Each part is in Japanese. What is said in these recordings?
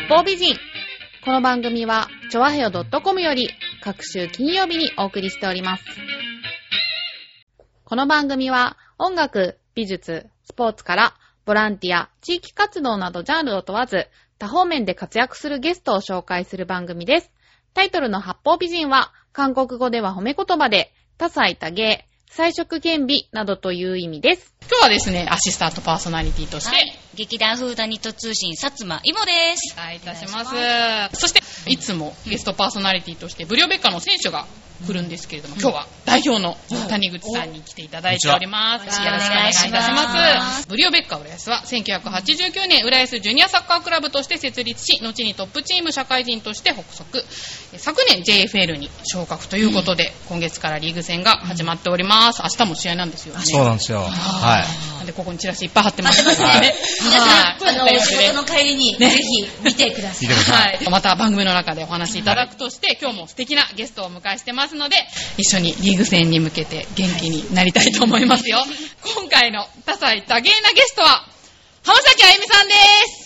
方美人。この番組はちょわへよ .com より各週金曜日にお送りしております。この番組は音楽、美術、スポーツからボランティア、地域活動などジャンルを問わず多方面で活躍するゲストを紹介する番組です。タイトルの八方美人は韓国語では褒め言葉で多彩多芸、彩色兼備などという意味です。今日はですね、アシスタントパーソナリティとして、はい、 劇団フーダニット通信薩摩いもです。 お願いいたします。そしていつもゲストパーソナリティとしてブリオベッカの選手が来るんですけれども、今日は代表の谷口さんに来ていただいております。よろしくお願いいたします。ブリオベッカ浦安は1989年浦安ジュニアサッカークラブとして設立し、後にトップチーム社会人として発足。昨年 JFL に昇格ということで、今月からリーグ戦が始まっております。明日も試合なんですよね。 そうなんですよ。はい。 でここにチラシいっぱい貼ってますので、ね、 皆さん、仕事の帰りにぜひ見てください。 はい。また番組の中でお話しいただくとして、今日も素敵なゲストをお迎えしてますので、一緒にリーグ戦に向けて元気になりたいと思いますよ。今回の多彩多芸なゲストは浜崎あゆみさんです。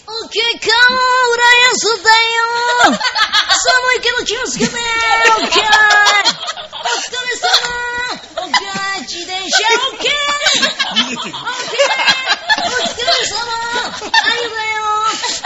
オッケーかー、浦安だよ。寒いけど気をつけて。オッケー。お疲れ様。オッケー。自転車オッケー。オッケー。お疲れ様。あゆだよ。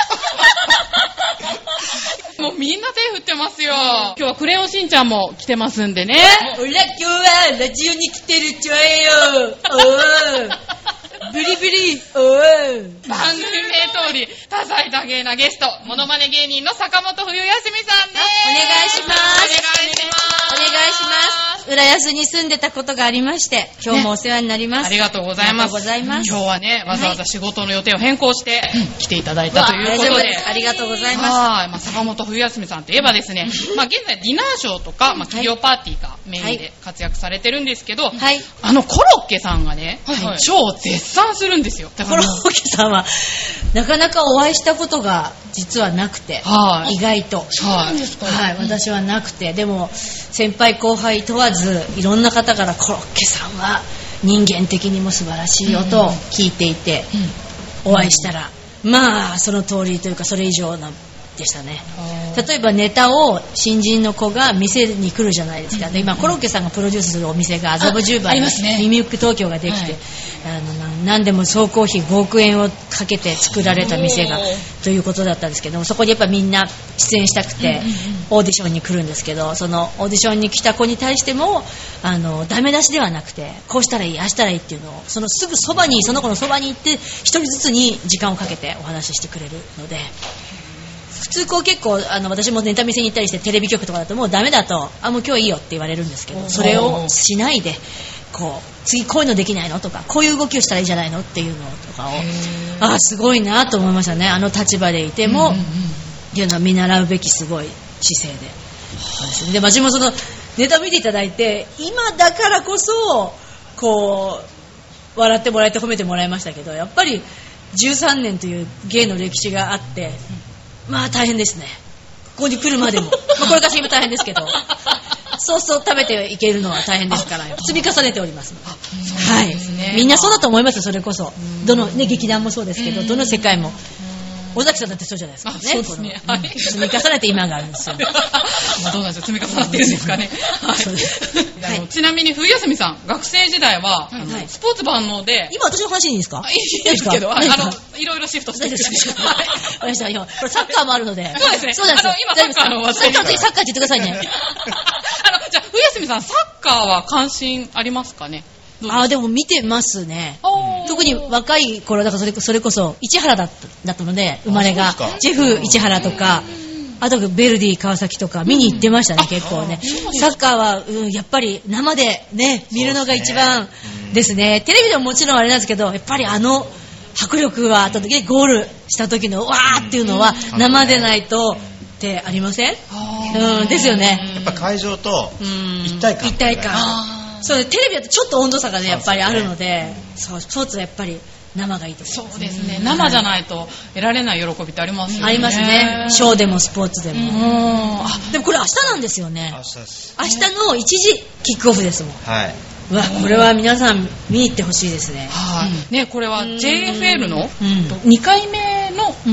もうみんな手振ってますよ。今日はクレヨンしんちゃんも来てますんでね。 おら、今日はラジオに来てるちょえよ。おー。ブリブリ。おー。 番組名通り多彩多芸なゲスト、モノマネ芸人の坂本冬休みさんです。 お願いします。 お願いします。 お願いします。浦安に住んでたことがありまして、今日もお世話になります。 ありがとうございます。今日はね、わざわざ仕事の予定を変更して来ていただいたということで。 ありがとうございます。 はい。坂本冬休みさんといえばですね、現在ディナーショーとか、企業パーティーがメインで活躍されてるんですけど、はい、コロッケさんがね、ショーを絶賛するんですよ。 コロッケさんはなかなかお会いしたことが実はなくて、はい、意外と。 そうなんですか。 はい、私はなくて、でも先輩後輩問わずいろんな方からコロッケさんは人間的にも素晴らしいよと聞いていて、お会いしたら、まあその通りというかそれ以上なでしたね。例えばネタを新人の子が店に来るじゃないですか。で今コロッケさんがプロデュースするお店が麻布十番にリミック東京ができて、何でも総工費5億円をかけて作られた店がということだったんですけども、そこにやっぱみんな出演したくてオーディションに来るんですけど、そのオーディションに来た子に対してもダメ出しではなくて、こうしたらいいああしたらいいっていうのをそのすぐそばに、その子のそばに行って一人ずつに時間をかけてお話ししてくれるので、普通こう結構私もネタ見せに行ったりしてテレビ局とかだともうダメだと、もう今日いいよって言われるんですけど、それをしないでこう次こういうのできないのとか、こういう動きをしたらいいじゃないのっていうのとかをすごいなと思いましたね。立場でいても、っていうのは見習うべきすごい姿勢で、私もそのネタ見ていただいて今だからこそこう笑ってもらえて褒めてもらいましたけど、やっぱり13年という芸の歴史があって、まあ大変ですね。ここに来るまでも、これから先も大変ですけど、そうそう食べていけるのは大変ですから、積み重ねております。はい、みんなそうだと思いますよ。それこそどのね劇団もそうですけど、どの世界も。尾崎さんだってそうじゃないですかね。 そうですね。はい、 積み重ねて今があるんですよ。 まあどうなんでしょう、積み重なってるんですかね。はい。ちなみに冬休みさん、学生時代はスポーツ万能で、 今私の話いいんですか？ いいですけど、いろいろシフトしてる。 私は今これサッカーもあるので。 そうですね。 そうなんですよ。 今サッカーの話題。 サッカーって言ってくださいね。 じゃあ冬休みさん、サッカーは関心ありますかね？ でも見てますね。特に若い頃だからそれこそ市原だったので、生まれがジェフ市原とか、あとベルディ川崎とか見に行ってましたね、結構ね。サッカーは、やっぱり生でね見るのが一番ですね。テレビでももちろんあれなんですけど、やっぱり迫力はあった時でゴールした時のわーっていうのは生でないとってありません？ですよね。 やっぱ会場と一体感。 そうテレビだとちょっと温度差がねやっぱりあるので、そうスポーツはやっぱり生がいいです。 そうですね。生じゃないと得られない喜びってありますよね。 ありますね。ショーでもスポーツでも。でもこれ明日なんですよね。明日の1時キックオフですもん。はい。うわ、これは皆さん見に行ってほしいですね。 はい。ね、これは JFL の2回目の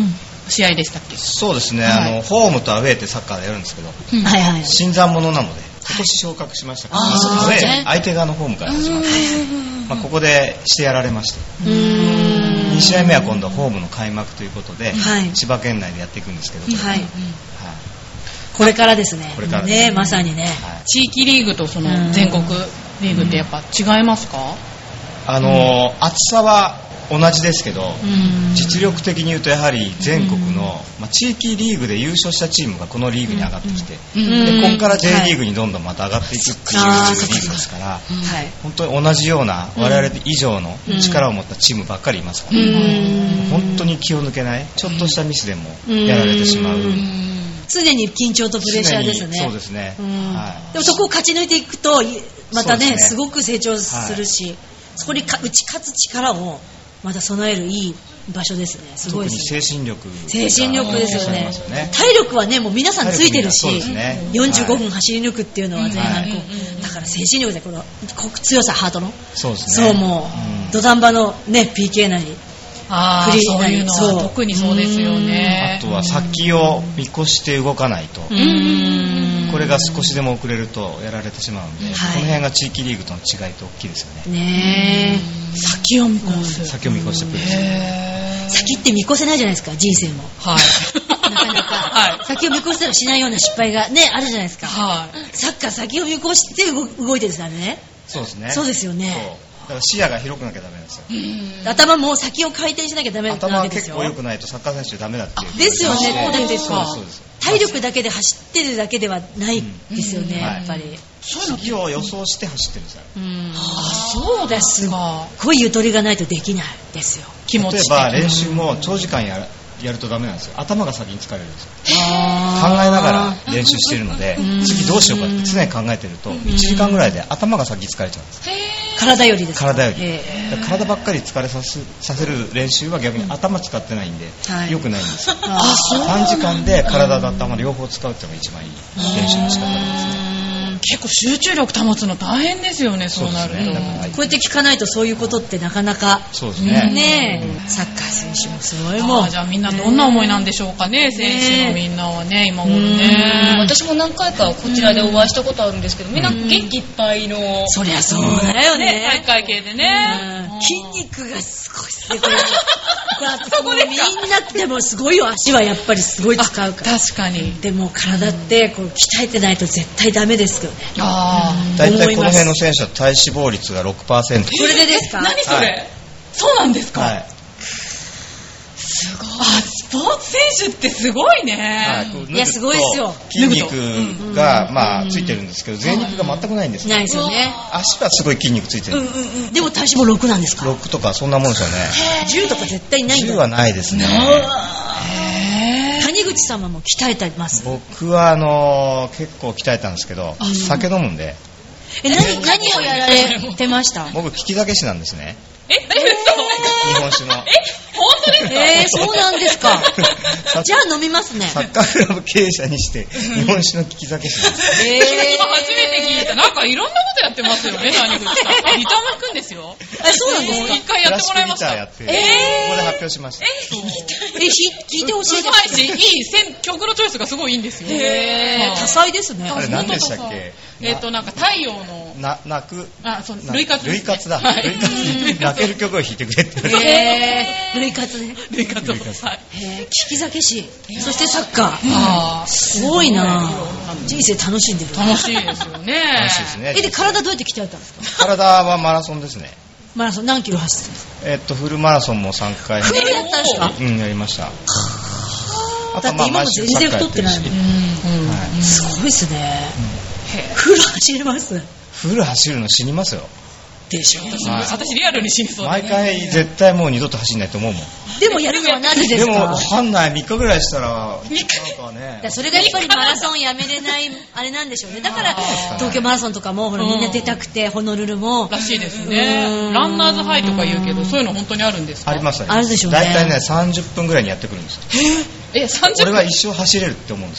試合でしたっけ？ そうですね、 はいホームとアウェーってサッカーでやるんですけど、 はいはい。 新参者なので今年昇格しましたから、アウェー相手側のホームから始まって、ここでしてやられました。2試合目は今度ホームの開幕ということで、千葉県内でやっていくんですけど、 これからですね。 これからですね、まさにね。 地域リーグとその全国リーグってやっぱ違いますか？ 厚さは同じですけど、実力的に言うとやはり全国の、地域リーグで優勝したチームがこのリーグに上がってきて、でここから J リーグにどんどんまた上がっていくっていうリーグですから、本当に同じような我々以上の力を持ったチームばっかりいますから、本当に気を抜けない、ちょっとしたミスでもやられてしまう。 常に緊張とプレッシャーですね。 そうですね。 でもそこを勝ち抜いていくとまたね、すごく成長するし、そこに打ち勝つ力をまた備えるいい場所ですね。すごいですね。 特に精神力ですよね。体力はね、もう皆さんついてるし、45分走り抜くっていうのは前半だから精神力でこの強さ、ハートの、そうもう土壇場のね PK なり。 そういうのは特にそうですよね。 あとは先を見越して動かないと、これが少しでも遅れるとやられてしまうので、この辺が地域リーグとの違いと大きいですよね。 先を見越す。 先を見越してプレーする。 先って見越せないじゃないですか、人生も。なかなか先を見越したらしないような失敗がねあるじゃないですか。サッカー先を見越して動いてるんですよね。 そうですね。 そうですよね。 だから視野が広くなきゃダメなんですよ。 頭も先を回転しなきゃダメなんですよ。 頭は結構良くないとサッカー選手ダメだっていう。 ですよね。 そうですか。 体力だけで走ってるだけではないですよね、やっぱり。 次を予想して走ってるんですよ。 そうです。すごいゆとりがないとできないですよ。 例えば練習も長時間やるとダメなんですよ。頭が先に疲れるんですよ。考えながら練習してるので、次どうしようかって常に考えてると1時間ぐらいで頭が先に疲れちゃうんです。 体よりですか？ 体より。体ばっかり疲れさせる練習は逆に頭使ってないんで良くないんですよ。短時間で体と頭両方使うっていうのが一番いい練習の仕方ですね。 結構集中力保つの大変ですよね。そうなるとこうやって聞かないとそういうことってなかなか。 そうですね。 サッカー選手もすごいもん。 じゃあみんなどんな思いなんでしょうかね、選手のみんなはね、今頃ね。 私も何回かこちらでお会いしたことあるんですけど、みんな元気いっぱいの。 そりゃそうだよね。 体育会系でね。 筋肉がすごいですね。みんなでもすごいよ。足はやっぱりすごい使うから。 確かに。 でも体ってこう鍛えてないと絶対ダメですよね。 だいたいこの辺の選手は体脂肪率が 6%。 それでですか？ 何それ？そうなんですか？すごい。スポーツ選手ってすごいね。 いやすごいですよ。 筋肉がついてるんですけど、前肉が全くないんですよ。 ないですよね。 足はすごい筋肉ついてる。 でも体脂肪6なんですか ？6とかそんなもんですよね。 10とか絶対ないんだ。 10はないですね。 谷口様も鍛えてます？ 僕は結構鍛えたんですけど、酒飲むんで。 何をやられてました？ 僕利き酒師なんですね。 大丈夫ですか？ 日本酒の。 本当ですか？ そうなんですか。じゃあ飲みますね。 サッカークラブ経営者にして日本酒の利き酒師なんです。 今初めて聞いた。なんかいろんなことやってますよね、谷口さん。ギターも弾くんですよ。 そうなんですか？ 一回やってもらいました。 クラシックギターやって、ここで発表しました。 聞いてほしいです。 いい曲のチョイスがすごいいいんですよ。 多彩ですね。 あれ何でしたっけ？ なんか太陽の泣く。 類活。 類活だ。泣ける曲を弾いてくれって。 類活ね。 類活。 利き酒師。そしてサッカー。すごいな。人生楽しんでる。 楽しいですよね。 楽しいですね。 で体どうやって鍛えたんですか？ 体はマラソンですね。 マラソン何キロ走ってんですか？ フルマラソンも3回。 フルやったんですか？ やりました。 だって今も全然太ってないのに。すごいですね。フル走ります？ フル走るの死にますよ。 でしょ。 私リアルに死にそう。 毎回絶対もう二度と走んないと思うもん。 でもやるのは何でですか？ でもわかんない。3日ぐらいしたらなんかね。 それがやっぱりマラソンやめれないあれなんでしょうね。だから東京マラソンとかもほらみんな出たくて、ホノルルもらしいですね。ランナーズハイとか言うけど、そういうの本当にあるんですか？ あります。 あるでしょうね。 だいたいね30分ぐらいにやってくるんですよ。 30分？ 俺は一生走れるって思うんですよ。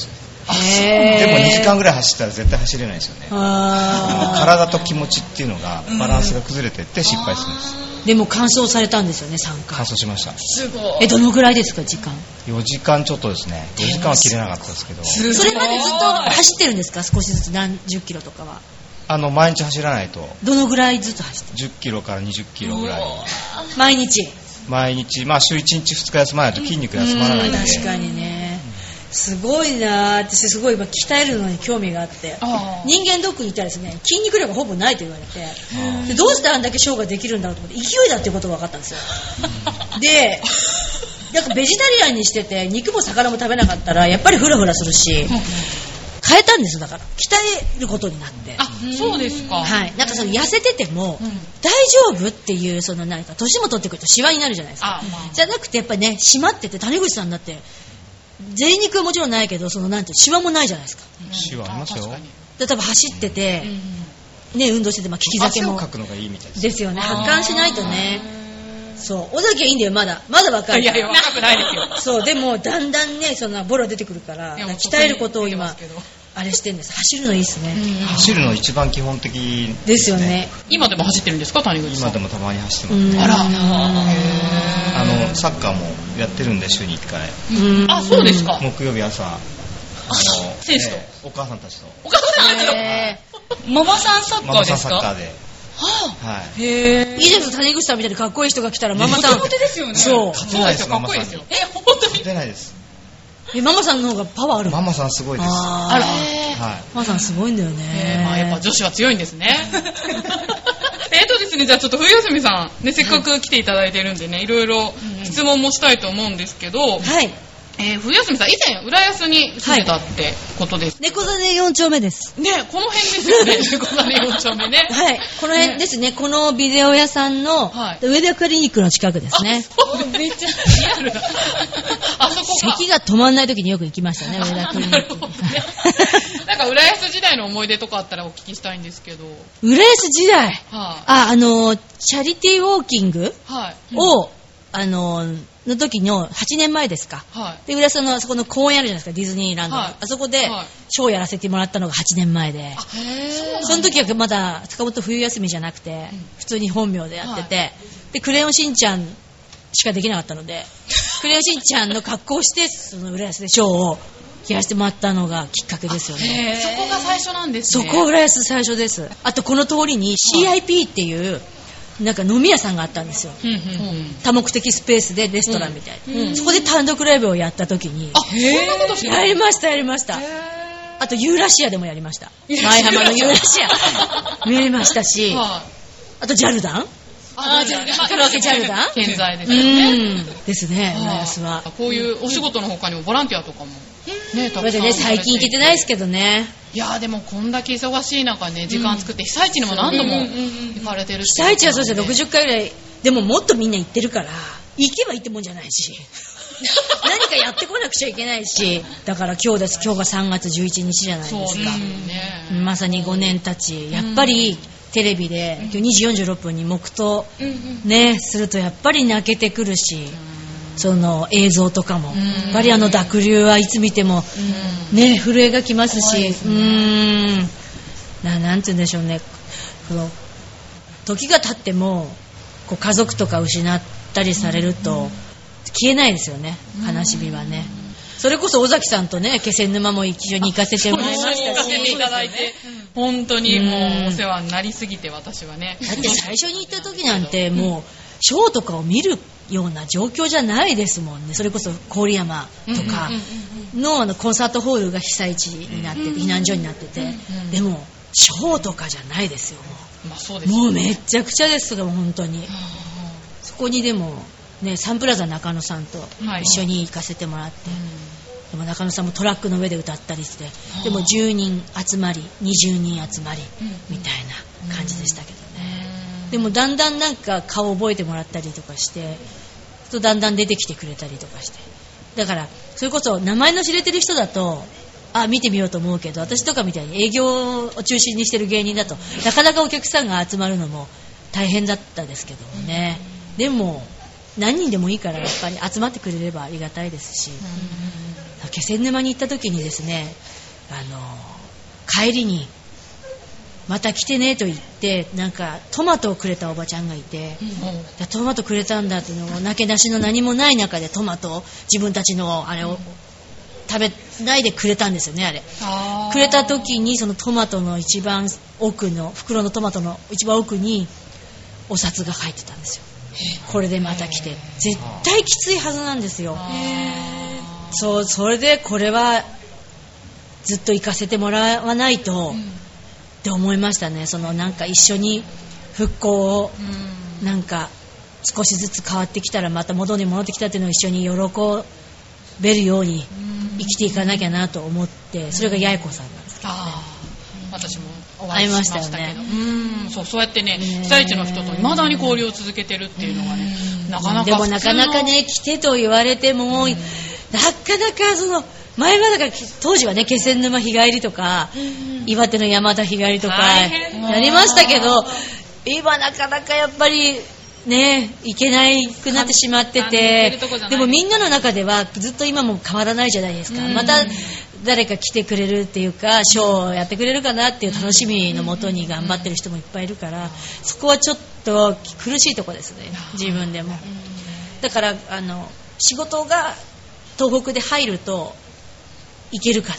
でも2時間ぐらい走ったら絶対走れないですよね。体と気持ちっていうのがバランスが崩れてって失敗するんです。 でも完走されたんですよね、3回。 完走しました。 すごい。 どのぐらいですか、時間 ？4時間ちょっとですね。4時間は切れなかったですけど。 それまでずっと走ってるんですか？少しずつ何十キロとかは。 毎日走らないと。 どのぐらいずつ走ってる？ 10キロから20キロぐらい。 毎日、 週1日2日休まないと筋肉休まらないんで。 確かにね。すごいな。私すごい今鍛えるのに興味があって、人間ドックに行ったらですね、筋肉量がほぼないと言われて、でどうしてあんだけショーができるんだろうと思って、勢いだっていうことが分かったんですよ。で、なんかベジタリアンにしてて肉も魚も食べなかったらやっぱりフラフラするし、変えたんですよ。だから鍛えることになって。 そうですか。 はい。なんかその痩せてても大丈夫っていう、その何か年も取ってくるとシワになるじゃないですか。じゃなくてやっぱりね、締まってて、谷口さんだって贅肉はもちろんないけど、そのなんてシワもないじゃないですか。 シワありますよ。 で多分走ってて、ね、運動してて、利き酒も汗をかくのがいいみたいです。 ですよね。発汗しないとね。そう。尾崎はいいんだよ、まだ若い。 いや若くないですよ。 そう。でもだんだんね、そのボロ出てくるから、鍛えることを今あれしてるんです。走るのいいですね。 走るの一番基本的ですよね。 今でも走ってるんですか、谷口さん？ 今でもたまに走ってます。 あら。 サッカーもやってるんで、週に1回。 そうですか。 木曜日朝、 選手とお母さんたちと。 お母さんたちと。ママさんサッカーですか？ ママさんサッカーで。 はい。いいです。谷口さんみたいにかっこいい人が来たらママさん。 モテモテですよね。 そう。 勝てないです、 かっこいいですよ。本当に。 勝てないです。 ママさんの方がパワーある。 ママさんすごいです。 あら。ママさんすごいんだよね。 やっぱ女子は強いんですね。ですね、じゃあちょっと冬休みさん、ね、せっかく来ていただいてるんでね、いろいろ質問もしたいと思うんですけど、はい。冬休みさん、以前浦安に住んでたってことです。 猫座根4丁目です。 ね、この辺ですよね。猫座根4丁目ね。 はい、この辺ですね。このビデオ屋さんの上田クリニックの近くですね。 めっちゃリアルだ。あそこか。 咳が止まんない時によく行きましたね、上田クリニック。 なんか浦安時代の思い出とかあったらお聞きしたいんですけど。 浦安時代、チャリティーウォーキングを、の時の8年前ですか。で、浦安のあそこの公園あるじゃないですか、ディズニーランド。あそこでショーやらせてもらったのが8年前で。その時はまだ坂本冬休みじゃなくて、普通に本名でやってて、で、クレヨンしんちゃんしかできなかったので、クレヨンしんちゃんの格好をして、その浦安でショーをやらせてもらったのがきっかけですよね。 そこが最初なんですね。 そこ浦安最初です。あとこの通りに CIP っていう、なんか飲み屋さんがあったんですよ。多目的スペースでレストランみたいな。そこで単独ライブをやった時に、やりました。あとユーラシアでもやりました。前浜のユーラシアやりましたし、あとジャルダン。カラオケジャルダン健在ですよね。 ですね、浦安は。 こういうお仕事の他にもボランティアとかもね、たくさん。 最近行けてないですけどね。 いやでもこんだけ忙しい中ね、時間作って被災地にも何度も行かれてる。 被災地はそうですよ、60回ぐらい。でももっとみんな行ってるから、行けば行ってもんじゃないし。何かやってこなくちゃいけないし、だから今日です。今日が3月11日じゃないですか。まさに5年経ち、やっぱりテレビで今日2時46分に黙祷ねするとやっぱり泣けてくるし、その映像とかもやっぱり濁流はいつ見てもね震えがきますし、なんて言うんでしょうね、この時が経ってもこう家族とか失ったりされると消えないですよね、悲しみはね。それこそ尾崎さんとね気仙沼も一緒に行かせてもらいましたし、 いただいて本当にもうお世話になりすぎて、私はね。 だって最初に行った時なんてもうショーとかを見るような状況じゃないですもんね。それこそ郡山とかのコンサートホールが被災地になってて、避難所になってて、でもショーとかじゃないですよ。もうめっちゃくちゃですけど本当に。そこにでもね、サンプラザ中野さんと一緒に行かせてもらって、でも中野さんもトラックの上で歌ったりして、でも10人集まり20人集まりみたいな感じでしたけどね。でもだんだんなんか顔覚えてもらったりとかして、だんだん出てきてくれたりとかして、だからそれこそ名前の知れてる人だと見てみようと思うけど、私とかみたいに営業を中心にしてる芸人だとなかなかお客さんが集まるのも大変だったですけどもね。でも何人でもいいからやっぱり集まってくれればありがたいですし、気仙沼に行った時にですね、 帰りにまた来てねと言ってなんかトマトをくれたおばちゃんがいて、トマトくれたんだっていうのをなけなしの何もない中でトマトを自分たちのあれを食べないでくれたんですよね。あれくれた時にそのトマトの一番奥の袋のトマトの一番奥にお札が入ってたんですよ。これでまた来て絶対きついはずなんですよ。それでこれはずっと行かせてもらわないと、って思いましたね。そのなんか一緒に復興をなんか少しずつ変わってきたらまた元に戻ってきたっていうのを一緒に喜べるように生きていかなきゃなと思って、それが八重子さんなんですけどね。 私もお会いしましたけど、そうやってね、被災地の人と未だに交流を続けてるっていうのがね、なかなかでもなかなかね来てと言われても、なかなかその前はだから当時はね気仙沼日帰りとか、岩手の山田日帰りとかやりましたけど、今なかなかやっぱりね行けなくなってしまってて、でもみんなの中ではずっと今も変わらないじゃないですか。また誰か来てくれるっていうかショーをやってくれるかなっていう楽しみのもとに頑張ってる人もいっぱいいるから、そこはちょっと苦しいとこですね、自分でも。だから仕事が東北で入るといけるかなって、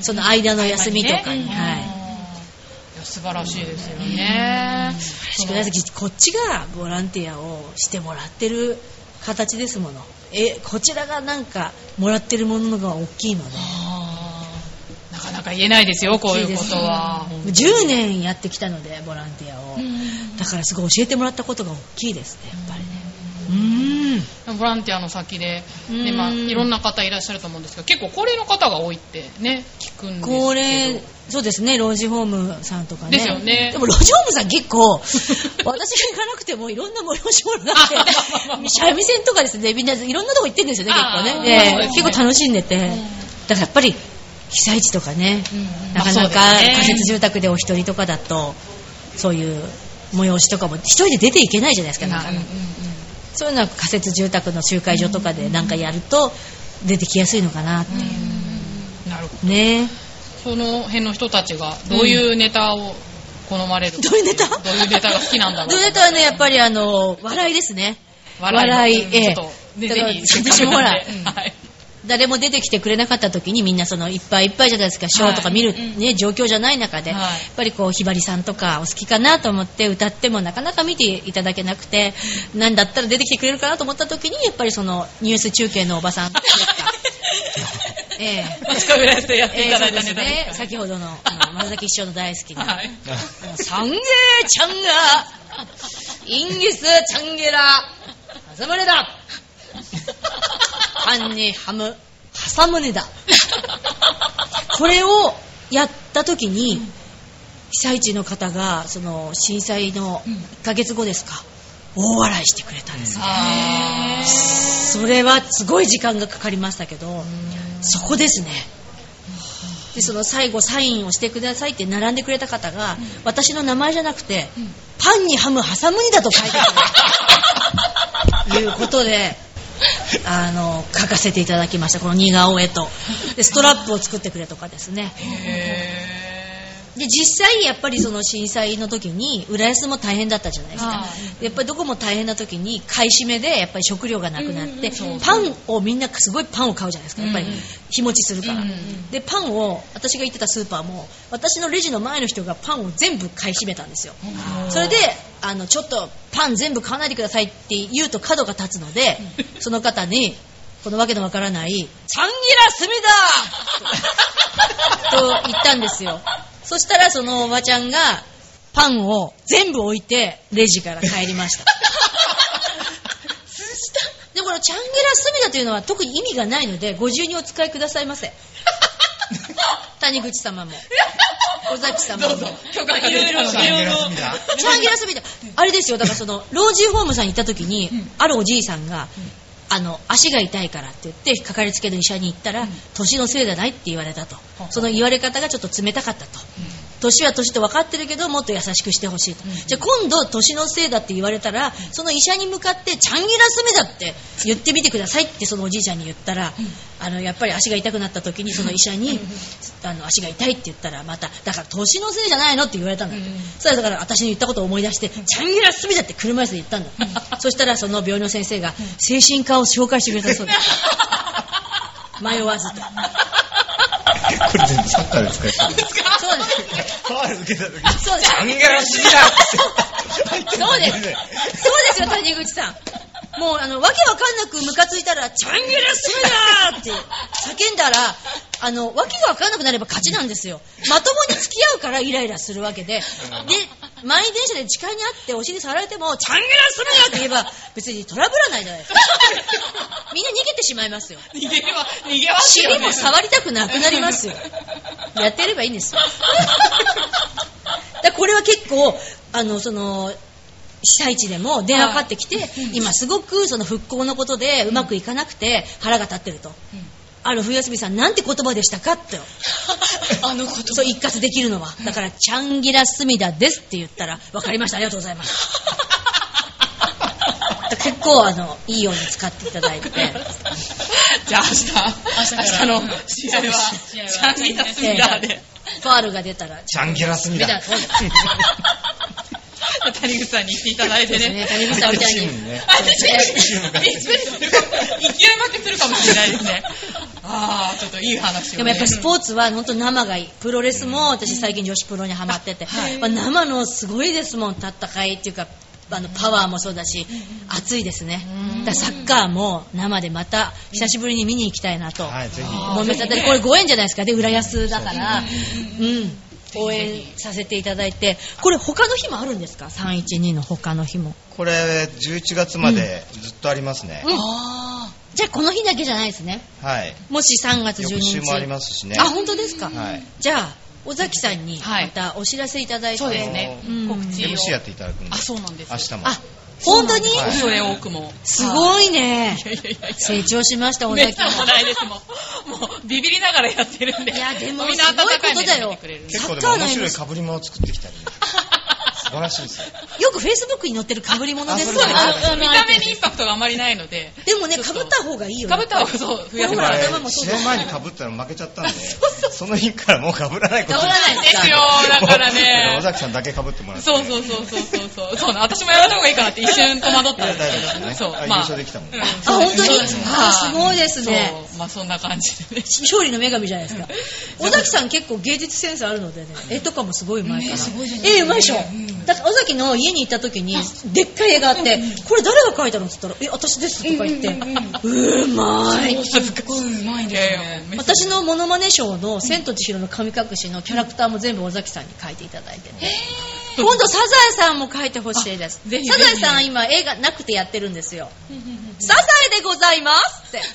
その間の休みとかに、 素晴らしいですよね。 こっちがボランティアをしてもらってる形ですもの。こちらがなんかもらってるものが大きいので、 なかなか言えないですよ、こういうことは。 10年やってきたのでボランティアを、だからすごい教えてもらったことが大きいですね、やっぱりね。 ボランティアの先で、いろんな方いらっしゃると思うんですけど、結構高齢の方が多いってね聞くんですけど。 高齢、そうですね、老人ホームさんとかね。 ですよね。 でも老人ホームさん結構私が行かなくてもいろんな催し物があって三味線とかですね、みんないろんなとこ行ってるんですよね、結構ね。結構楽しんでて、だからやっぱり被災地とかね、なかなか仮設住宅でお一人とかだとそういう催しとかも一人で出ていけないじゃないですか、なかなか。そういうのは仮設住宅の集会所とかでなんかやると出てきやすいのかなっていう。 なるほどね。 その辺の人たちがどういうネタを好まれる、 どういうネタ？ どういうネタが好きなんだろう。 どういうネタはね、やっぱり笑いですね。 笑い。 ちょっとぜひ私もほら、誰も出てきてくれなかった時にみんなそのいっぱいいっぱいじゃないですか、ショーとか見る、ね、状況じゃない中で、やっぱりこうひばりさんとかお好きかなと思って歌ってもなかなか見ていただけなくて、なんだったら出てきてくれるかなと思った時にやっぱりそのニュース中継のおばさんとか近くらしてやっていただいたネタね、先ほどの丸崎師匠の大好きな、サンゲーチャンガインギスチャンゲラ挟まれだパンにハム挟むねだこれをやった時に被災地の方がその震災の1ヶ月後ですか、大笑いしてくれたんですね。それはすごい時間がかかりましたけど、そこですね。でその最後サインをしてくださいって並んでくれた方が、私の名前じゃなくて、パンにハム挟むにだと書いてくれるいうことで書かせていただきました。この似顔絵とでストラップを作ってくれとかですね。で実際やっぱりその震災の時に浦安も大変だったじゃないですか。やっぱりどこも大変な時に買い占めでやっぱり食料がなくなって、パンをみんなすごいパンを買うじゃないですか、やっぱり日持ちするから。でパンを私が行ってたスーパーも私のレジの前の人がパンを全部買い占めたんですよ。それでちょっとパン全部買わないでくださいって言うと角が立つのでその方にこのわけのわからないサンギラスミだと言ったんですよ。そしたらそのおばちゃんがパンを全部置いてレジから帰りました。でこのチャンゲラスミダというのは特に意味がないのでご自由にお使いくださいませ。谷口様も尾崎様も許可が出てます。 チャンゲラスミダあれですよ。だからその老人ホームさんに行った時に、あるおじいさんが足が痛いからって言ってかかりつけの医者に行ったら、年のせいじゃないって言われたと。その言われ方がちょっと冷たかったと。 年は年と分かってるけどもっと優しくしてほしいと、じゃあ今度年のせいだって言われたら、その医者に向かってチャンギラスミだって言ってみてくださいってそのおじいちゃんに言ったら、やっぱり足が痛くなった時にその医者に足が痛いって言ったら、まただから年のせいじゃないのって言われたんだって、それだから私に言ったことを思い出して、チャンギラスミだって車椅子で言ったんだそしたらその病院の先生が精神科を紹介してくれたそうです迷わずとこれ全部サッカーで使えたんですか？ そうです。 ファール受けた時にそうです。 チャンギラスミだってそうです。そうですよ、谷口さん。もうわけわかんなくムカついたらチャンギラスミだって叫んだら、わけがわかんなくなれば勝ちなんですよ。まともに付き合うからイライラするわけで、満員電車で痴漢にあってお尻触られてもチャンギラスミだって言えば別にトラブらないじゃないですか。みんな逃げてしまいますよ。 逃げますよね。 尻も触りたくなくなりますよ。やってればいいんですよ。だこれは結構被災地でも電話かかってきて、今すごくその復興のことでうまくいかなくて腹が立ってると、冬休みさんなんて言葉でしたかって言葉そう一括できるのはだからチャンギラスミダですって言ったら分かりました、ありがとうございます結構いいように使っていただいてじゃあ明日の試合はチャンギラスミダでファールが出たらチャンギラスミダ谷口さんに言っていただいてね。 谷口さんみたいに。 勢い負けするかもしれないですね。ちょっといい話を、ね。 でもやっぱりスポーツは本当生がいい。プロレスも私最近女子プロにハマってて、生のすごいですもん、戦いっていうか、パワーもそうだし、熱いですね。だサッカーも生でまた久しぶりに見に行きたいなと思います。これご縁じゃないですか。で、浦安だから、応援させていただいて、これ他の日もあるんですか？312の他の日も。 これ11月までずっとありますね。 じゃあこの日だけじゃないですね。 はい。 もし3月12日。 翌週もありますしね。 本当ですか？ はい。 じゃあ尾崎さんにまたお知らせいただいて、 そうですね。告知を MC やっていただくんで。 そうなんです。 明日も。 本当に？ 恐れ多くも。 すごいね。成長しました、尾崎さん。めっちゃもないですもうビビりながらやってるんで。 いやでもみんな温かい目で見てくれる。 結構でも面白い被り物を作ってきたり。素晴らしいですよ。 よくフェイスブックに載ってる被り物ですね。 見た目にインパクトがあまりないので。 でもね、被った方がいいよね。 被った方がそう。 試合前に被ったら負けちゃったんで、その日からもう被らないこと。 被らないですよ。だからね。 尾崎さんだけ被ってもらって。 そう。そうな、私もやめた方がいいかなって一瞬戸惑ったんですけど。 そう。優勝できたもんね。 本当に？すごいですね。 そんな感じでね。 勝利の女神じゃないですか。尾崎さん結構芸術センスあるのでね、絵とかもすごい上手いから。絵上手いでしょ。だって尾崎の家に行った時にでっかい絵があって、これ誰が描いたのって言ったら、私ですとか言って、うまい。 すごいうまいんですね。 私のモノマネショーの千と千尋の神隠しのキャラクターも全部尾崎さんに描いていただいてね。今度サザエさんも描いてほしいです。サザエさん今絵がなくてやってるんですよ。サザエでございますって。ちょっとカツオ、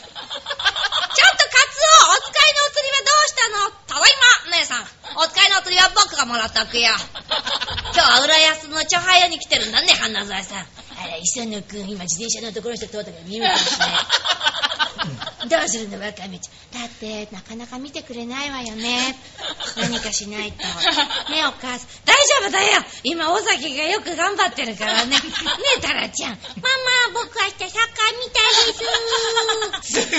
お使いのお釣りはどうしたの？ただいま姉さん、お使いのお釣りは僕がもらっとくよ。今日は浦安のチョハヤに来てるんだね、花沢さん。磯野くん今自転車のところして通ったから見るかもしれない。どうするの若道。だってなかなか見てくれないわよね。何かしないと。ねお母さん。大丈夫だよ。今尾崎がよく頑張ってるからね。ねえタラちゃん。ママ僕は明日サッカー見たいです。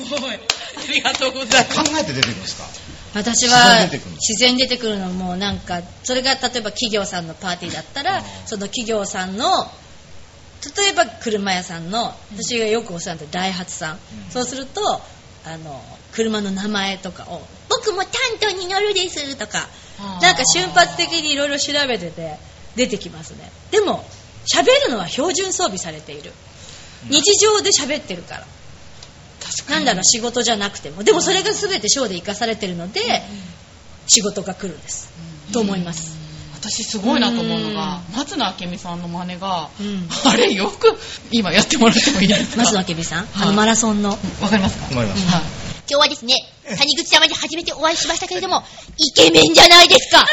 すごい。ありがとうございます。 考えて出てくるんですか？ 私は自然出てくるのもなんかそれが例えば企業さんのパーティーだったらその企業さんの例えば車屋さんの私がよくお世話になってダイハツさん、そうすると車の名前とかを僕も担当に乗るですとかなんか瞬発的にいろいろ調べてて出てきますね。でも喋るのは標準装備されている、日常で喋ってるからなんだろう仕事じゃなくてもでもそれが全てショーで生かされてるので仕事が来るんです、と思います。 私すごいなと思うのが松野明美さんの真似が、あれよく今やってもらってもいいですか？ 松野明美さん、マラソンのわかりますか？ わかります、 今日はですね谷口様に初めてお会いしましたけれどもイケメンじゃないですか。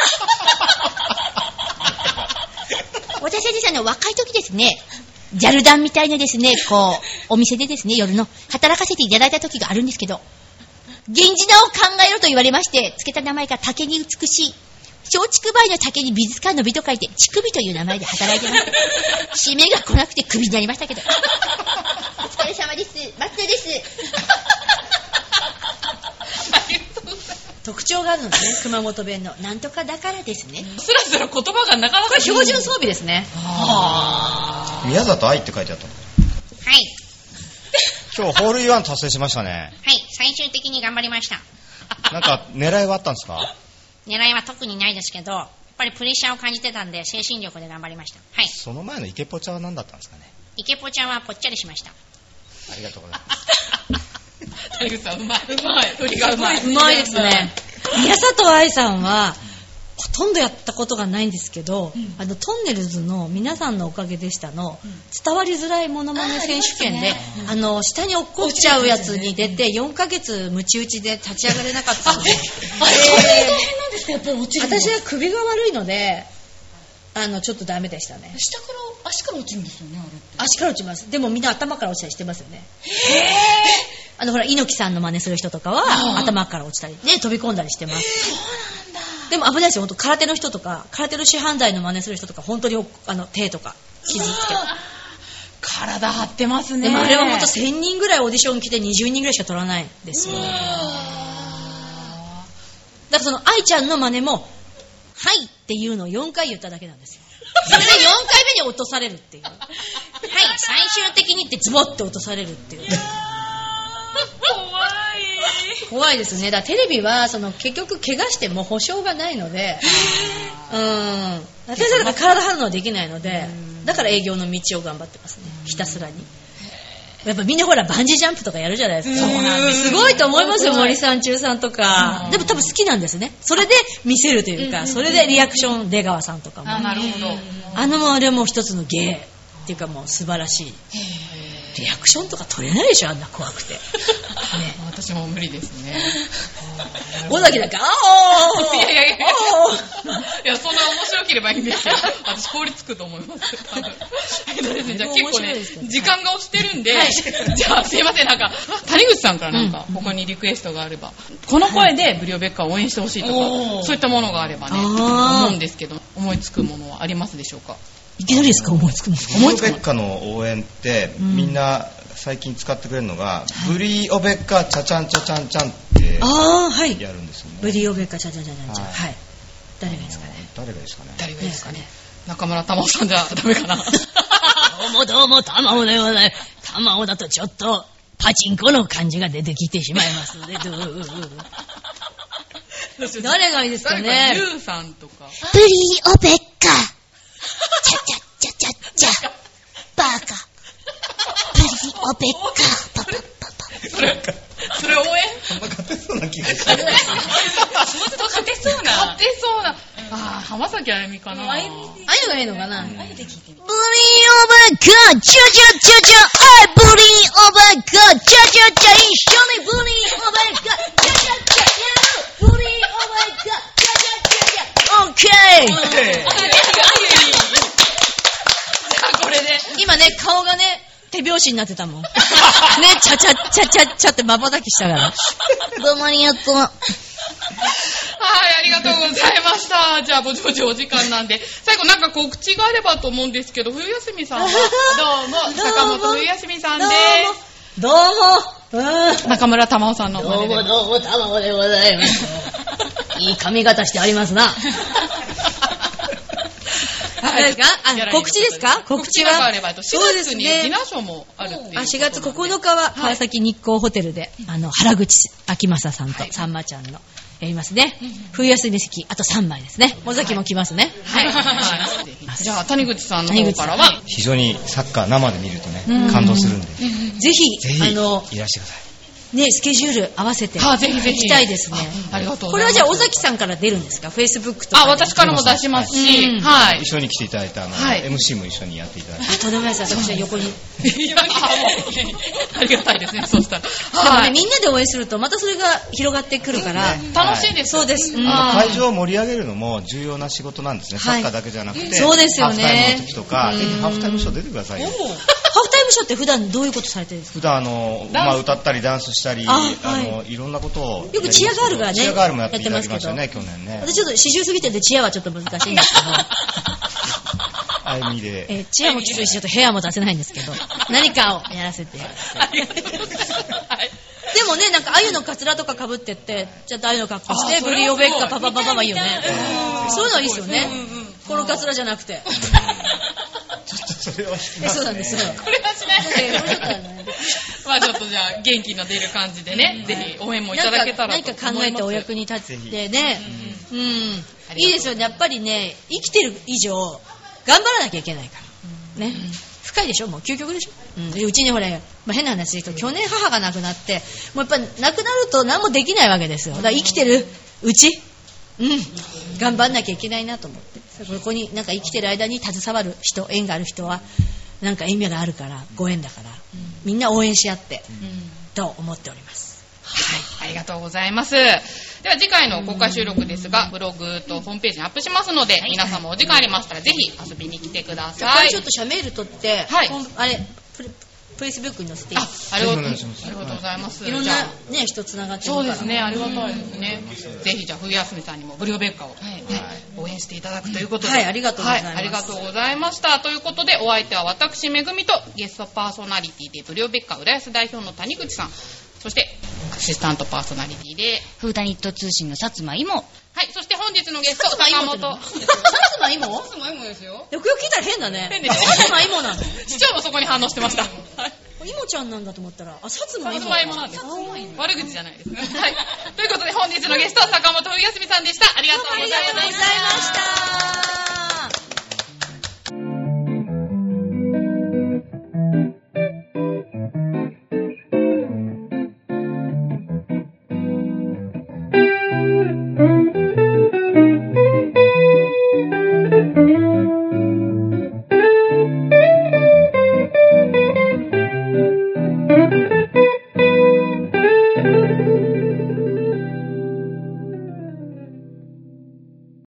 私はですね若い時ですねジャルダンみたいなですねこうお店でですね夜の働かせていただいた時があるんですけど、源氏名を考えろと言われましてつけた名前が竹に美しい松竹梅の竹に美術館の美と書いて、竹美という名前で働いてます。締めが来なくてクビになりましたけど。お疲れ様です。松田です。特徴があるのね、熊本弁の。なんとかだからですね。 スラスラ言葉がなかなか。 これ標準装備ですね。 宮里愛って書いてあったの。 はい。 今日ホールインワン達成しましたね。 はい、最終的に頑張りました。 なんか狙いはあったんですか？ 狙いは特にないですけど、やっぱりプレッシャーを感じてたんで、精神力で頑張りました。はい。 その前のイケポチャは何だったんですかね？ イケポちゃんはぽっちゃりしました。 ありがとうございます。 谷口さん、うまい。鳥がうまい。 うまいですね。宮里愛さんは、ほとんどやったことがないんですけど、トンネルズの皆さんのおかげでしたの、伝わりづらいモノマネ選手権で、下に落っこっちゃうやつに出て、4ヶ月ムチ打ちで立ち上がれなかったので。 あれ、そんな大変なんですか？やっぱり落ちるの。 私は首が悪いので、ちょっとダメでしたね。 下から、足から落ちるんですよね、あれって。 足から落ちます。でもみんな頭から落ちたりしてますよね。ほら、猪木さんの真似する人とかは、頭から落ちたり、ね、飛び込んだりしてます。 そうなんだ。 でも危ないですよ、本当空手の人とか、空手の師範代の真似する人とか、本当に手とか傷つけて。 体張ってますね。 でもあれは本当1000人ぐらいオーディション来て20人ぐらいしか取らないんですよ。だからその愛ちゃんの真似も、はいっていうのを4回言っただけなんですよ。それで4回目に落とされるっていう。はい、最終的にってズボって落とされるっていう。怖いですね。だからテレビは結局怪我しても保証がないので、私は体張るのはできないので、だから営業の道を頑張ってますね。ひたすらに。やっぱみんなほらバンジージャンプとかやるじゃないですか。そうなんです。すごいと思いますよ、森さん、中さんとか。でも多分好きなんですね。それで見せるというか、それでリアクション、出川さんとかも。 なるほど。 あれも一つの芸っていうかもう素晴らしい。リアクションとか取れないでしょ、あんな怖くて。ね、 私も無理ですね。 尾崎だかいや、そんな面白ければいいんですけど、私凍りつくと思います。多分。じゃあ結構ね、時間が落ちてるんで、じゃあすいません、谷口さんから他にリクエストがあれば、この声でブリオベッカを応援してほしいとか、そういったものがあればね、思うんですけど、思いつくものはありますでしょうか？ いきなりですか？思いつくもの。 ブリオベッカの応援って、みんな最近使ってくれるのが、ブリオベッカチャチャンチャチャンチャンってやるんですよね。 ブリオベッカチャチャンチャチャンチャン。はい。誰がですかね？ 誰がですかね？ 誰がですかね？中村玉緒さんじゃダメかな。 どうも玉緒でございます。玉緒だとちょっとパチンコの感じが出てきてしまいますので。 誰がいいですかね？ ユウさんとか。 ブリオベッカチャチャチャチャチャバカブリオベッカパパパパ。 それ応援？ あんま勝てそうな気がする。 もうちょっと勝てそうな。浜崎あゆみかな。あゆがいいのかな？ ブリオベッカチャチャチャチャブリオベッカチャチャチャ一緒にブリオベッカチャチャチャブリオベッカチャチャチャチャオッケー。 これで今ね、顔がね、手拍子になってたもん。ね、チャチャチャチャチャって瞬きしたから。 どうもありがとう。 はい、ありがとうございました。じゃあ、ぼちぼちお時間なんで、最後なんか告知があればと思うんですけど、冬休みさんは、どうも、坂本冬休みさんです。 どうも。 中村玉緒さんのどうもどうも玉緒でございます。 いい髪型してありますな。何ですか？告知ですか？告知は。 4月にディナーショーもあるっていう。 4月9日は川崎日光ホテルで、原口秋正さんとさんまちゃんのやりますね。冬休み席、あと3枚ですね。尾崎も来ますね。 はい。じゃあ、谷口さんの方からは。 非常にサッカー生で見るとね、感動するんで。 ぜひ、 いらしてください。 ね、スケジュール合わせてぜひぜひ行きたいですね。 ありがとうこれはじゃあ尾崎さんから出るんですか？フェイスブックとか。 私からも出しますし、はい。 一緒に来ていただいたMC も一緒にやっていただいて。 とんでもないです。私は横に。 ありがたいですね。そうしたら。 でもね、みんなで応援するとまたそれが広がってくるから楽しいです。 そうです。 会場を盛り上げるのも重要な仕事なんですね。サッカーだけじゃなくて。 そうですよね。 ハーフタイムの時とか、ぜひハーフタイムショー出てくださいよ。 ハーフタイム務所って普段どういうことされてるんですか？ 普段歌ったりダンスしたり、いろんなことをよくチアガールがね、 チアガールもやっていただきましたね、去年ね。 私ちょっと刺繍すぎててチアはちょっと難しいんですけどあゆみでチアもきついしちょっとヘアも出せないんですけど何かをやらせてでもね、なんか鮎のカツラとか被ってってちょっと鮎の格好してブリオベッカパパパパはいいよね。そういうのはいいですよね。このカツラじゃなくてちょっとそれは引きますね。 そうなんですよ。 これはしないまあちょっとじゃあ元気の出る感じでね、ぜひ応援もいただけたらと思います。 何か考えてお役に立ってね、いいですよね。やっぱりね、生きてる以上頑張らなきゃいけないからね。深いでしょ、もう究極でしょ。うちにほら、変な話ですけど、去年母が亡くなって、もうやっぱり亡くなると何もできないわけですよ。だから生きてるうち、頑張んなきゃいけないなと思って、ここになんか生きてる間に携わる人、縁がある人はなんか意味があるから、ご縁だから、みんな応援し合って、と思っております。 はい、ありがとうございます。では次回の公開収録ですが、ブログとホームページにアップしますので、皆さんもお時間ありましたらぜひ遊びに来てください。 ちょっと社メール取って、あれフェイスブックに載せていい？ ありがとうございます。 いろんなね人つながってるから。 そうですね、ありがたいですね。ぜひじゃあ冬休みさんにもブリオベッカを応援していただくということで、 ありがとうございます。 ありがとうございました。ということでお相手は私めぐみとゲストパーソナリティでブリオベッカ浦安代表の谷口さん、そしてアシスタントパーソナリティでフーダニット通信の薩摩いも。 はい、そして本日のゲスト坂本。 薩摩いも？ 薩摩いもですよ。 よくよく聞いたら変だね。 変です。 薩摩いもなの。 市長もそこに反応してました。 いもちゃんなんだと思ったら、薩摩いも。 薩摩いもなんです。悪口じゃないです。はい。ということで本日のゲスト坂本冬休みさんでした。ありがとうございました。